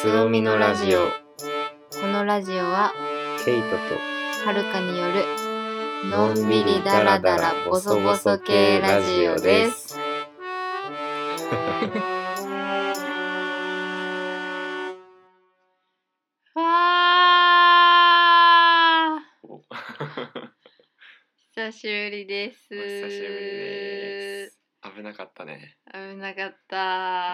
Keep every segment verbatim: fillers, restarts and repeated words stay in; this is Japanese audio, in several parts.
つおみのラジオ。 このラジオはケイトとはるかによるのんびりだらだらボソボソ系ラジオです。 わー久しぶりです。 お久しぶりです。危なかったね。 危なかった、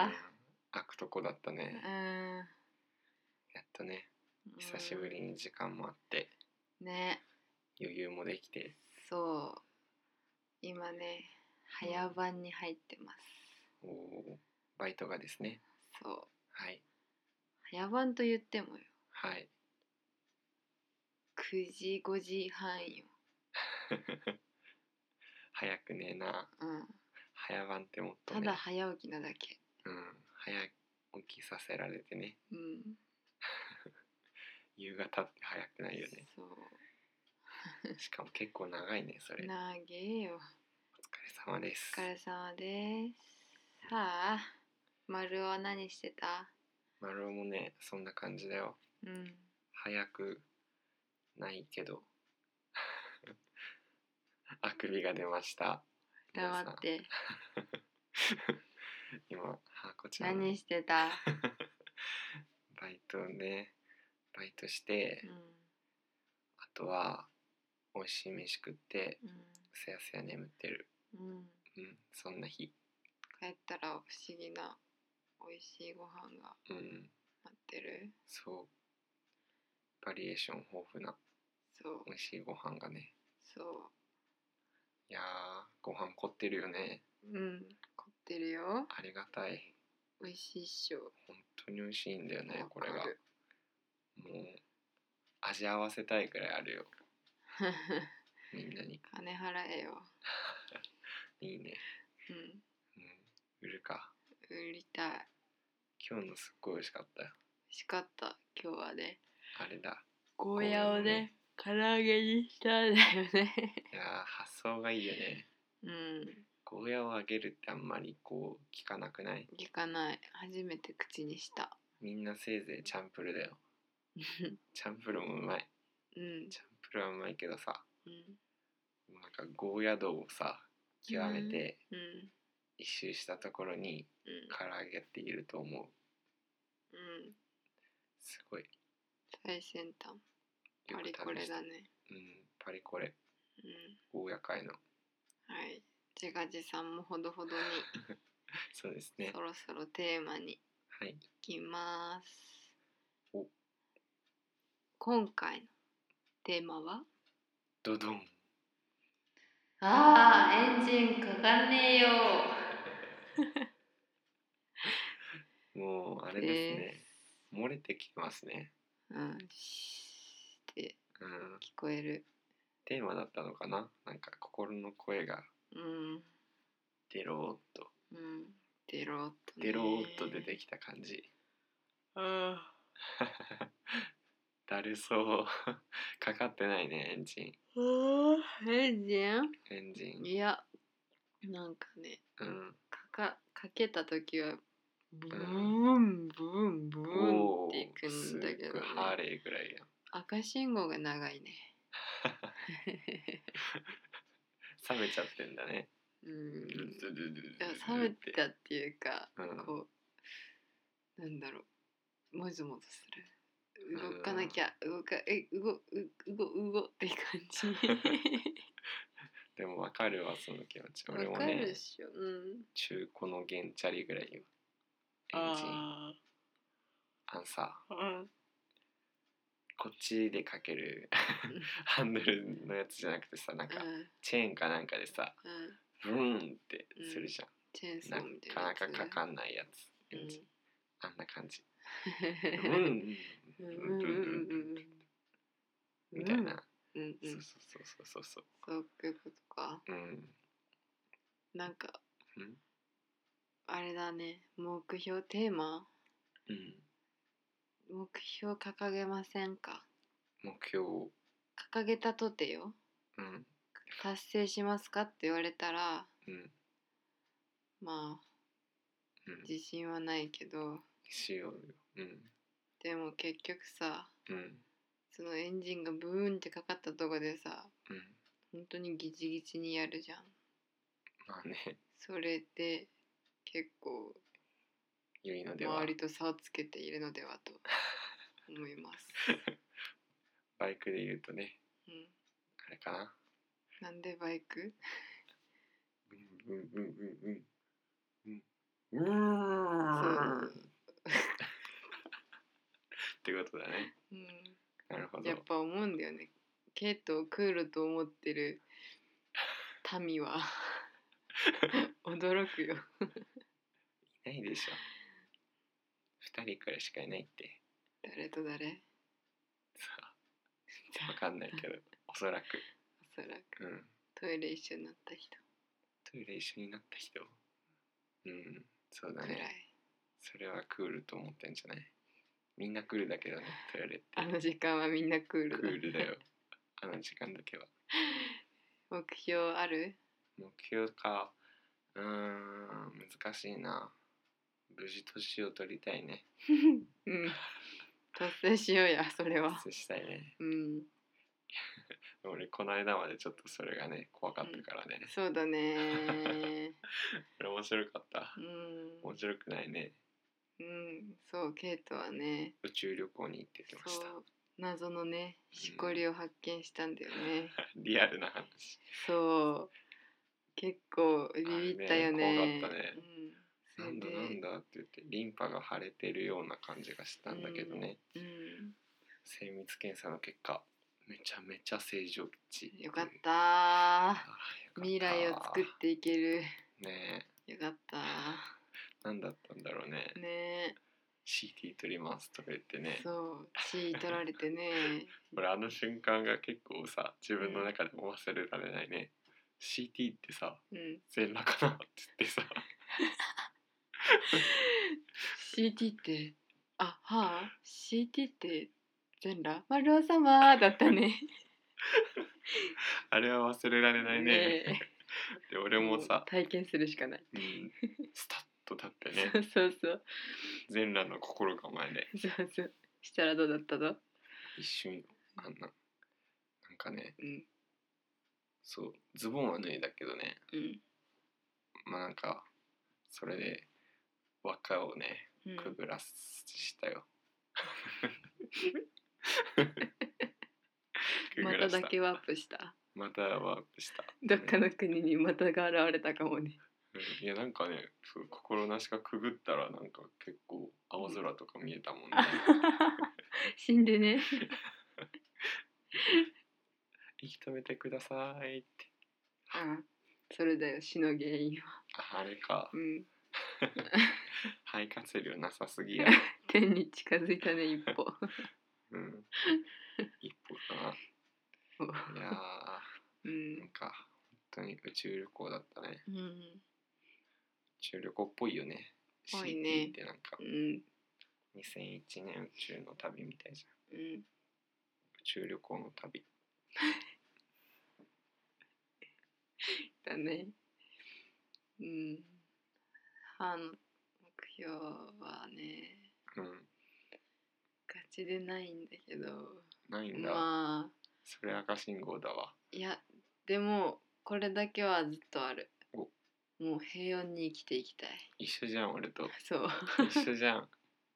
うん、開くとこだったね。 うん、 やっとね、久しぶりに時間もあって、 うん、ね、 余裕もできて。 そう、今ね、早番に入ってます。 うん、おバイトがですね。 そう。 はい。 早番と言ってもよ。 はい。 くじごじはんよ。 早くねえな。 うん。 早番ってもっとね。 ただ早起きなだけ。 うん。早起きさせられてね。 うん。 夕方って早くないよね。 そう。 しかも結構長いねそれ。 長えよ。 お疲れ様です。 お疲れ様です。さあ、丸は何してた？ 丸尾もね、そんな感じだよ。 うん。 早くないけどあくびが出ました。 黙って。 今、はこちゃん何してた？ バイトね、バイトして、 うん、 あとは美味しい飯食って、 うん、 すやすや眠ってる。 うん。 うん、そんな日。 帰ったら不思議な美味しいご飯がうん、 待ってる。 そう。バリエーション豊富なそう美味しいご飯がね。 そう。 いやー、ご飯凝ってるよね。 うん、凝ってるよ。 ありがたい。 美味しいっしょ。 本当に美味しいんだよね、これが。もう味合わせたいくらいあるよ。みんなに。 金払えよ。 いいね。 うん。 うん、売るか。 売りたい。 今日のすっごい美味しかったよ。 美味しかった。今日はね。 あれだ。 ゴーヤをね、唐揚げにしたんだよね。 いやー、発想がいいよね。 うん。 ゴーヤをあげるってあんまりこう聞かなくない？ 聞かない。初めて口にした。 みんなせいぜいチャンプルだよ。チャンプルもうまい。 うん。 チャンプルはうまいけどさ、 うん、 なんかゴーヤ道をさ極めてうん、 一周したところに唐揚げっていると思う。 うん。 すごい。 最先端。パリコレだね。 うん、パリコレ。 うん。 ゴーヤ界の。 はい。自画自賛もほどほどに。 そうですね。 そろそろテーマにはい。 行きます。 お。 今回のテーマはドドン。 あー、エンジンかかんねえよ。 もうあれですね。漏れてきてますね。 うん、シーってうん。 聞こえる。 テーマだったのかな。なんか心の声がうん。 デローっと。 うん。デローっとね。 デローっと出てきた感じ。 ああ。だるそう。かかってないね、エンジン。 エンジン？ エンジン。 いや、なんかね、 うん、 かかかけたときはブーンブーンブーンっていくんだけどね。 ハーレーぐらいやん。 赤信号が長いね。 冷めちゃってんだね。 うん。いや、冷めたっていうか、うん、こうなんだろう、もぞもぞする。動かなきゃ、動かえ動う動動って感じ。 でもわかるわその気持ち。俺もね。わかるでしょ。うん。中古のゲンチャリぐらいよ。エンジン。ああんさ。うん。こっちでかけるハンドルのやつじゃなくてさ、なんかチェーンかなんかでさ、ブーンってするじゃん。うん、チェーンソーみたいなやつ。なかなかかかんないやつ。うん、あんな感じ。ブーンみたいな。うんうん。そうそうそうそうそう。 そういうことか。うん。なんか、うん、あれだね。目標テーマ。うん。目標掲げませんか？ 目標掲げたとてよ、うん、達成しますかって言われたら、うん、まあ、うん、自信はないけどしようよ、うん、 でも結局さ、 うん、 そのエンジンがブーンってかかったとこでさ、 うん、 本当にギチギチにやるじゃん。 まあね。 それで結構良いのでは。 周りと差をつけているのではと思います。 バイクで言うとね、 うん、 あれかな。 なんでバイク？ うんうんうんうんうんうんうんってことだね。 うん、 なるほど。 やっぱ思うんだよね。ケイトをクールと思ってる民は驚くよ。 いないでしょ。二人くらいしかいないって。 誰と誰？ さあ、わかんないけど、おそらく。 おそらく。 うん。 トイレ一緒になった人。 トイレ一緒になった人。うん、そうだね。 くらい。 それはクールと思ってんじゃない？みんなクールだけどね、トイレって。 あの時間はみんなクールだ。 クールだよ。あの時間だけは。 目標ある？ 目標か。うーん、難しいな。無事年を取りたいね。 うん。達成しようや、それは。 達成したいね。 うん。 俺この間までちょっとそれがね怖かったからね、 うん、そうだねこれ面白かった、 うん、 面白くないね。 うん、そうケイトはね宇宙旅行に行ってきました。 そう謎のねしこりを発見したんだよね、 うん、リアルな話。 そう結構ビビったよね、 怖かったね、うん、なんだなんだって言ってリンパが腫れてるような感じがしたんだけどね、うんうん、精密検査の結果めちゃめちゃ正常値。 よかったー、未来を作っていけるねえ、よかったー。 何だったんだろうね。ねえ、シーティー 撮りますとか言ってね。 そう C 取られてね俺あの瞬間が結構さ自分の中でも忘れられないね、うん、シーティー ってさ、うん、全裸かなって言ってさシーティー ってあはあ シーティー って全裸丸尾様だったねあれは忘れられないね。ねで俺もさも体験するしかない、 うん、スタッと立ってねそうそうそう全裸の心構えでそうそうしたらどうだったの？ 一瞬あんななんかね、 うん、 そうズボンは脱いだけどね、うん、まあなんかそれで輪っかをねくぐらしたよ、 うん、まただけワープした。 またワープした。 どっかの国にまたが現れたかもね。 うん、いやなんかね心なしかくぐったらなんか結構青空とか見えたもんね。 死んでね。 息止めてくださいって。 ああ、それだよ死の原因は。 あれか。うん。肺活量なさすぎや。 天に近づいたね一歩。 うん。一歩かな。いやー、うん、なんか本当に宇宙旅行だったね。うん。宇宙旅行っぽいよね。ぽいね。シーティー ってなんか、うん、にせんいちねん宇宙の旅みたいじゃん。うん。宇宙旅行の旅。 だね。うん。歯の目標はね、うん、ガチでないんだけど。 ないんだ。まあ、それ赤信号だわ。 いや、でもこれだけはずっとある。もう平穏に生きていきたい。 一緒じゃん俺と。 そう。 一緒じゃん。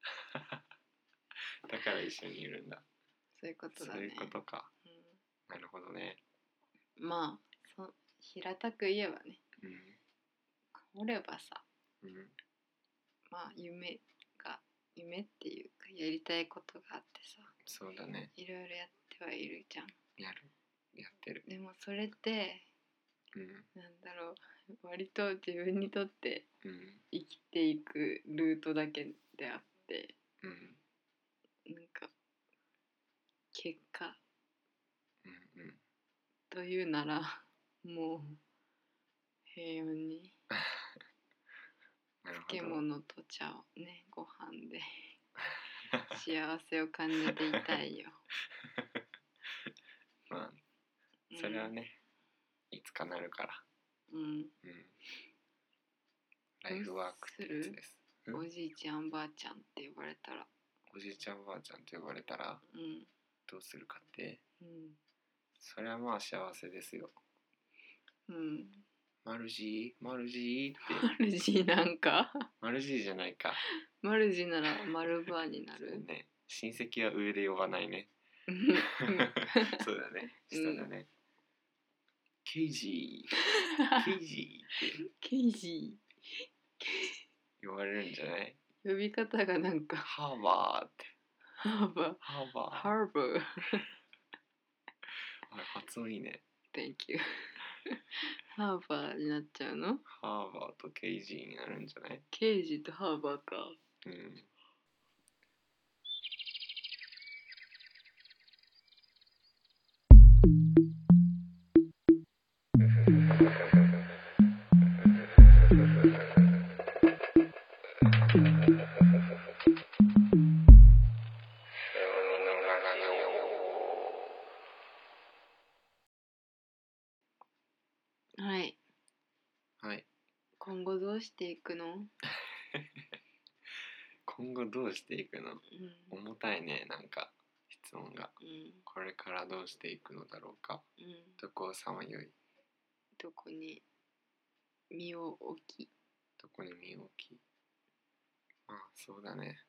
だから一緒にいるんだ。 そういうことだね。 そういうことか。うん、なるほどね。 まあそ平たく言えばね。うん、おればさ、うん、まあ夢が夢っていうかやりたいことがあってさ。 そうだね。 いろいろやってはいるじゃん。 やる。やってる。 でもそれって、うん、なんだろう。割と自分にとって生きていくルートだけであって、うん、なんか結果、うんうん、というならもう平穏に漬物と茶をねご飯で幸せを感じていたいよ。 まあそれはね、うん、いつかなるから。うん。うん。ライフワークってやつです。 おじいちゃんばあちゃんって呼ばれたら。 おじいちゃんおばあちゃんと呼ばれたら、うん、どうするかって、うん、それはまあ幸せですよ。うん。マルジーマルジーって。 マルジーなんかマルジーじゃないか。 マルジーならマルバーになる。 ね。親戚は上で呼ばないね。そうだね。下だね。うん、ケイジーケイジーって。 ケイジー。呼ばれるんじゃない？ 呼び方がなんか。 ハーバーって。 ハーバー。 ハーバー。 ハーバー。 あれ発音いいね。 Thank you ハーバーになっちゃうの？ ハーバーとケイジーになるんじゃない？ ケイジーとハーバーか。うん。はい。 はい。 今後どうしていくの？ 今後どうしていくの、うん、重たいね、なんか質問が、うん、これからどうしていくのだろうか、うん、どこをさまよい、 どこに身を置き、 どこに身を置き、まあそうだね、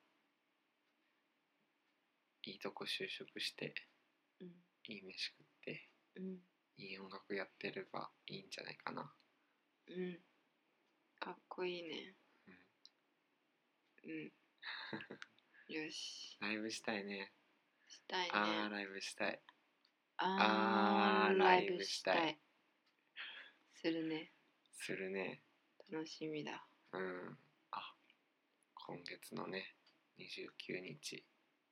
いいとこ就職して、うん、いい飯食って、うん、いい音楽やってればいいんじゃないかな。 うん、かっこいいね。うん、うんよし。 ライブしたいね。 したいね。 あーライブしたい。 あーライブしたい。するね。 するね。 楽しみだ。 うん。あ、今月のね、にじゅうくにち。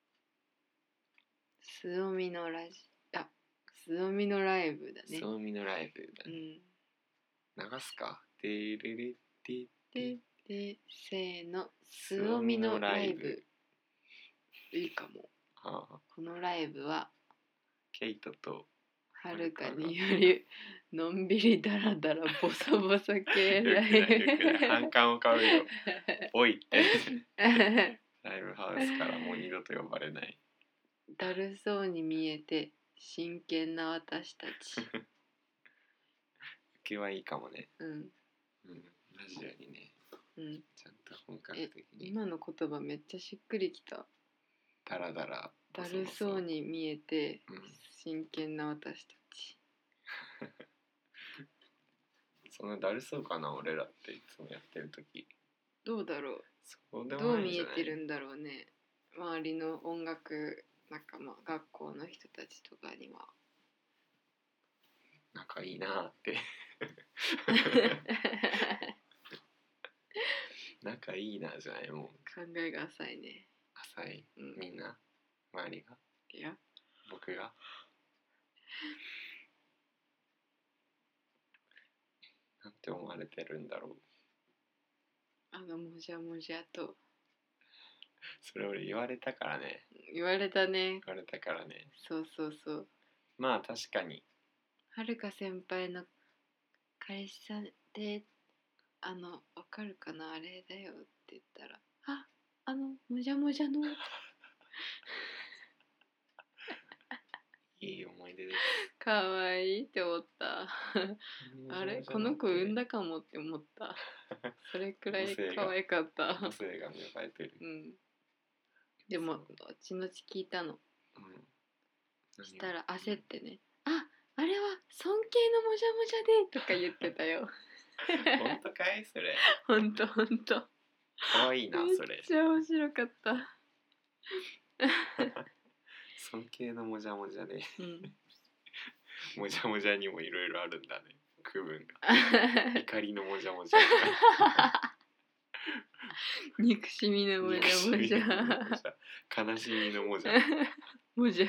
すおみのラジ、あ、すおみのライブだね。 すおみのライブだね。うん、流すか。てれれてててせーの。すおみのライブ。いいかも。はあ、このライブはケイトとはるかによりのんびりだらだらボソボソ系ライブ反感を買うよ。おいってライブハウスからもう二度と呼ばれない。 だるそうに見えて真剣な私たち。受けはいいかもね。うん、うん、ラジオにね、うん、ちゃんと本格的に。 今の言葉めっちゃしっくりきた。 だらだらだるそうに見えて、うん、真剣な私たち。 そんなだるそうかな俺らっていつもやってる時。 どうだろう。そうでもないんじゃない？どう見えてるんだろうね。周りの音楽仲間、学校の人たちとかには。 仲いいなって仲いいなじゃないもん。 考えが浅いね。 浅い、うん、みんな周りが。 いや僕がなんて思われてるんだろう。 あのもじゃもじゃと。 それ俺言われたからね。 言われたね。 言われたからね。 そうそうそう。 まあ確かに。 はるか先輩の彼氏さんで、あのわかるかなあれだよって言ったら、あ、あのもじゃもじゃのいい思い出です。 かわいいって思った。あれこの子産んだかもって思った。それくらい可愛かった。 母性が芽生えてる。うん。 でも後々聞いたの。うん。したら焦ってね。あ、あれは尊敬のもじゃもじゃでとか言ってたよ。 本当かいそれ。 本当本当。 可愛いなそれ。 めっちゃ面白かった。 尊敬のもじゃもじゃで、うん、もじゃもじゃにもいろいろあるんだね区分が。怒りのもじゃもじゃ憎しみのもじゃもじゃ悲しみのもじゃもじゃ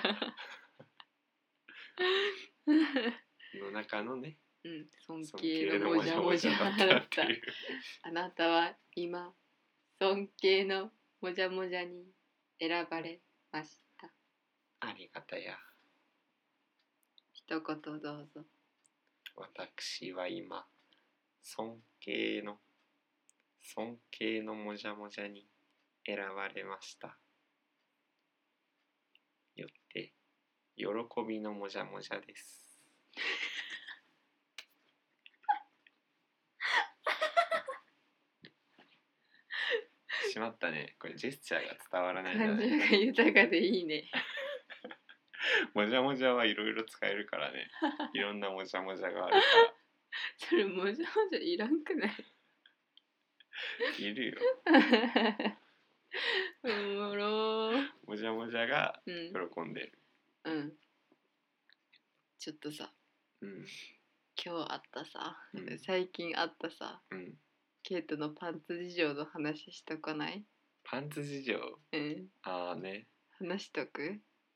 の中のね、 うん、尊敬のもじゃもじゃだった。あなたは今尊敬のもじゃもじゃに選ばれました。 ありがたや。 一言どうぞ。 私は今尊敬の尊敬のもじゃもじゃに選ばれました。 喜びのもじゃもじゃですしまったね。これジェスチャーが伝わらないんじゃない？ 感情が豊かでいいね。 もじゃもじゃはいろいろ使えるからね。いろんなもじゃもじゃがあるから。 それもじゃもじゃいらんくない？ いるよ。 おもろー。 もじゃもじゃが喜んでる。 うん。うん、ちょっとさ、 うん、 今日あったさ、 うん、 最近あったさ、 うん、 ケイトのパンツ事情の話しとかない？ パンツ事情？ うん。 ああね。 話しとく？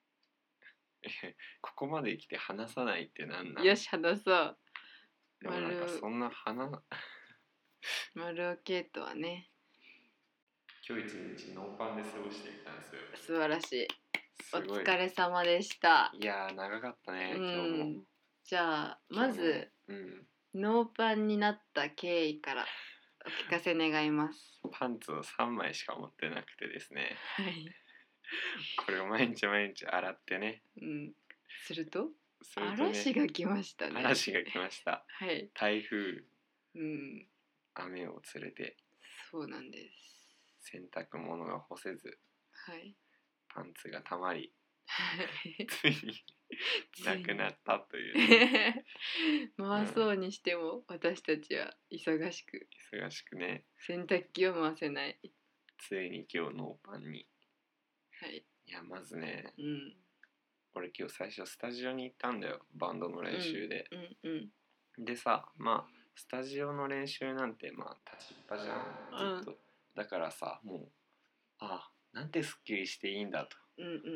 ここまで来て話さないってなんなん？ よし話そう。 でもなんかそんな話丸尾ケイトはね、 今日一日ノーパンで過ごしてきたんですよ。 素晴らしい。 すごい。 お疲れ様でした。 いやー長かったね、 うん、 今日も。 じゃあまず、うん、ノーパンになった経緯からお聞かせ願います。 パンツをさんまいしか持ってなくてですね。 はい。 これを毎日毎日洗ってね。 うん。すると、 するとね、 嵐が来ましたね。 嵐が来ました。 はい。 台風。 うん。 雨を連れて。 そうなんです。 洗濯物が干せず。 はい。 パンツがたまり。 はい。 ついになくなったという、ね。 回そうにしても、私たちは忙しく。 忙しくね。 洗濯機を回せない。 ついに今日ノーパンに。 はい。 いやまずね、 うん、 俺今日最初スタジオに行ったんだよ、バンドの練習で。 うんうんうん、でさ、まあスタジオの練習なんてまあ立ちっぱじゃん、ずっと。うん、だからさ、もうあなんてすっきりしていいんだと。 うんうんうん。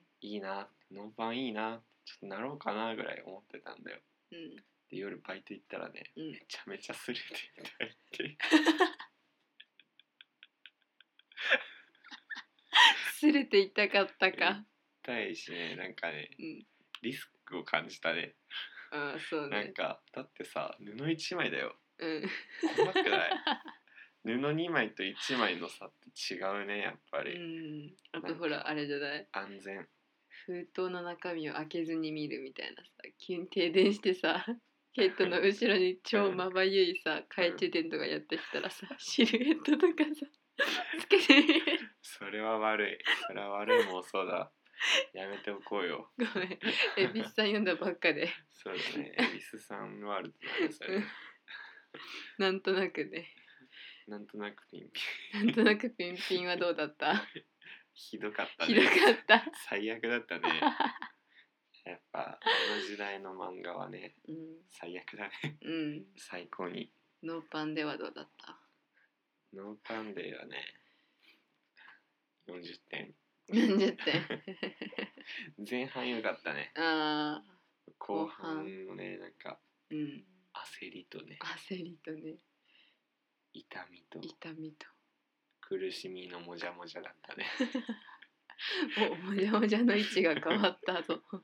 いいな、ノーパンいいな、ちょっとなろうかなぐらい思ってたんだよ。うん、で夜バイト行ったらね、うん、めちゃめちゃすれて痛いってすれて痛かったか。 痛いしね、なんかね、うん、リスクを感じたね。 ああそうね。 なんかだってさ、布一枚だよ。うん。怖くない？布にまいといちまいの差って違うね、やっぱり。うん。 あとほらあれじゃない？ 安全。 封筒の中身を開けずに見るみたいなさ、急に停電してさ、ケイトの後ろに超まばゆいさ、懐中電灯がやってきたらさ、シルエットとかさつけてみる。 それは悪い。それは悪い妄想だ。やめておこうよ。 ごめん、恵比寿さん読んだばっかで。 そうだね、恵比寿さんワールドなんですよね。 なんとなくね。 なんとなくピンピン。なんとなくピンピンはどうだった？ ひどかったね。 ひどかった。 最悪だったね。やっぱあの時代の漫画はね、うん、最悪だね。うん。最高に。 ノーパンではどうだった？ ノーパンデーはね、よんじゅってん。 よんじゅってん。 前半良かったね。ああ。後半のね、なんか、うん、焦りとね。 焦りとね。 痛みと。 痛みと。 苦しみのもじゃもじゃだったね。 お、もじゃもじゃの位置が変わったぞ。も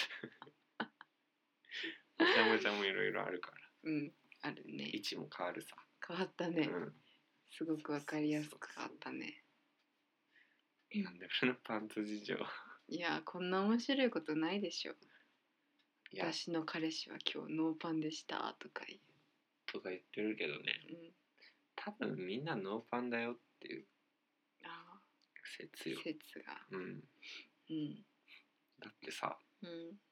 じゃもじゃもいろいろあるから。 うん、あるね。 位置も変わるさ。 変わったね。うん、すごくわかりやすく変わったね。 なんで俺のパンツ事情。 いや、こんな面白いことないでしょ。私の彼氏は今日ノーパンでしたとか言う。 とか言ってるけどね。うん、多分みんなノーパンだよっていう。ああ。説よ。 説が。うん。 うん。だってさ。うん。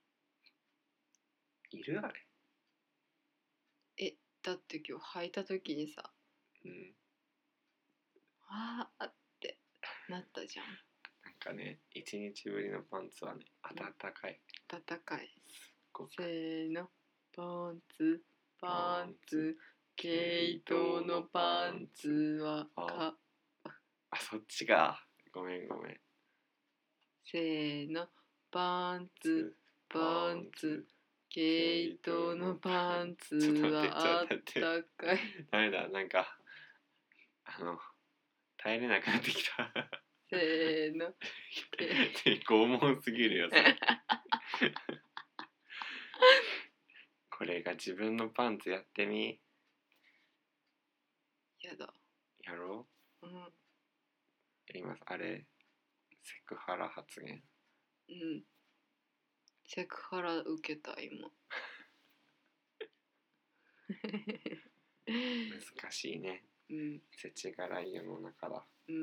いるあれ。 え、だって今日履いた時にさ。うん。あーってなったじゃん。 なんかね、一日ぶりのパンツはね、暖かい。 暖かい。せーの、パンツ、パンツ、毛糸のパンツはか。 あ、そっちか。ごめんごめん。 せーの、パンツ、パンツ、毛糸のパンツはあったかい。 ダメだ、なんか、あの、耐えれなくなってきた。 せーの。 拷問すぎるよ、それ。これが自分のパンツやってみ。 やだ。 やろう。うん。やります。あれ、セクハラ発言。うん。 セクハラ受けた今。 難しいね。 うん。 世知辛い世の中だ。 うん。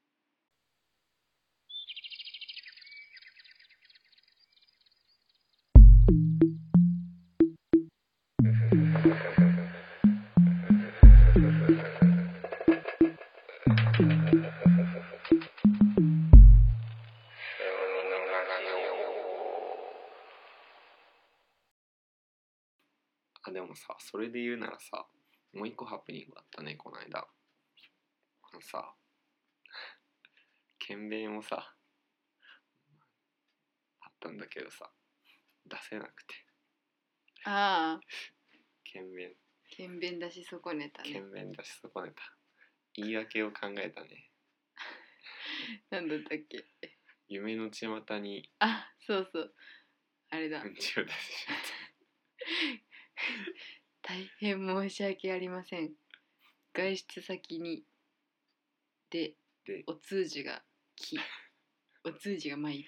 あ、でもさ、それで言うならさ、もう一個ハプニングあったね、この間。あのさ、検便をさ、あったんだけどさ、出せなくて。 ああ。 検便。 検便出し損ねたね。 検便出し損ねた。言い訳を考えたね。 なんだったっけ。 夢の巷に。 あ、そうそう。あれだ。 うんちを出しちゃった。 大変申し訳ありません。外出先にででお通じがきお通じが参り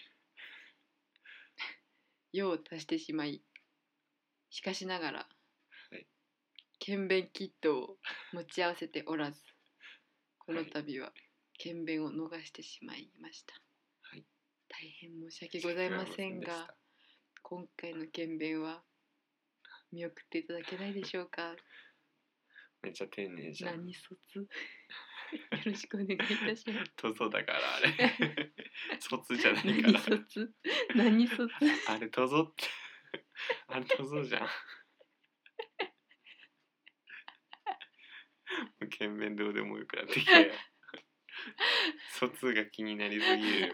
用を足してしまい、しかしながら、はい、検便キットを持ち合わせておらず、この度は検便を逃してしまいました、はい、大変申し訳ございませんが、今回の検便は見送っていただけないでしょうか。 めっちゃ丁寧じゃん。 何卒よろしくお願いいたします。 塗装だからあれ卒じゃないから。 何卒何卒あれ塗装ってあれ塗装じゃん。もう検便どうでもよくなってきたよ。卒が気になりすぎるよ。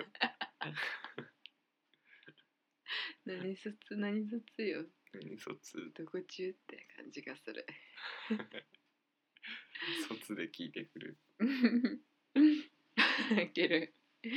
何卒何卒よ。 何卒どこ中って感じがする。 卒で聞いてくる。 いける。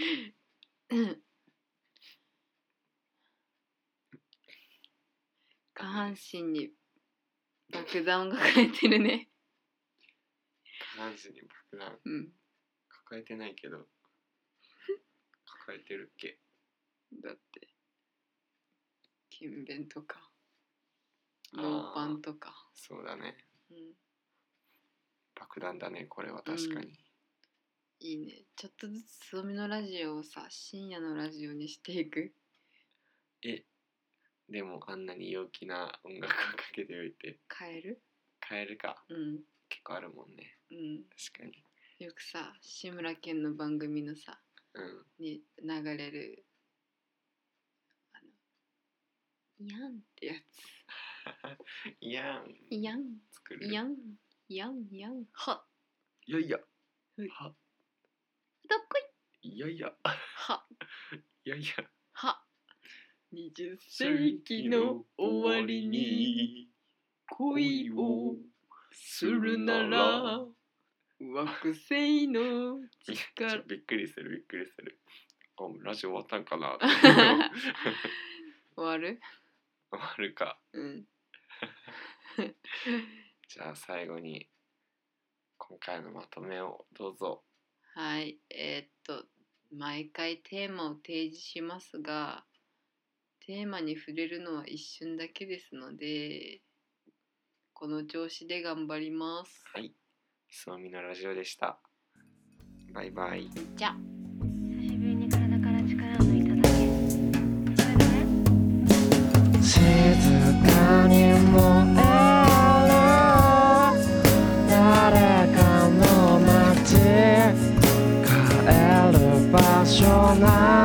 下半身に爆弾を抱えてるね。 下半身に爆弾、うん、抱えてないけど抱えてるっけ。 だって勤勉とかノーパンとか。 そうだね、 うん、 爆弾だねこれは確かに、うん、 いいね。ちょっとずつつぼみのラジオをさ深夜のラジオにしていく。 えでもあんなに陽気な音楽をかけておいて変える変えるか、 うん、 結構あるもんね、 うん、 確かに。 よくさ志村けんの番組のさ、 うん、 に流れるあのイヤンってやつイヤンイヤン作るイヤンイヤンイヤンはいやいやはどっこいいやいやはいやいやはにじゅっ世紀の終わりに恋をするなら惑星の力。 びっくりするびっくりする。あ、ラジオ終わったんかな。 終わる終わるか。 うんじゃあ最後に今回のまとめをどうぞ。 はい、えー、っと毎回テーマを提示しますが、テーマに触れるのは一瞬だけですので、この調子で頑張ります。 はい、つぼみのラジオでした。バイバイ。 じゃ。 久しぶりに体から力を抜いただけ。それでね。静かに燃える誰かの街、帰る場所ない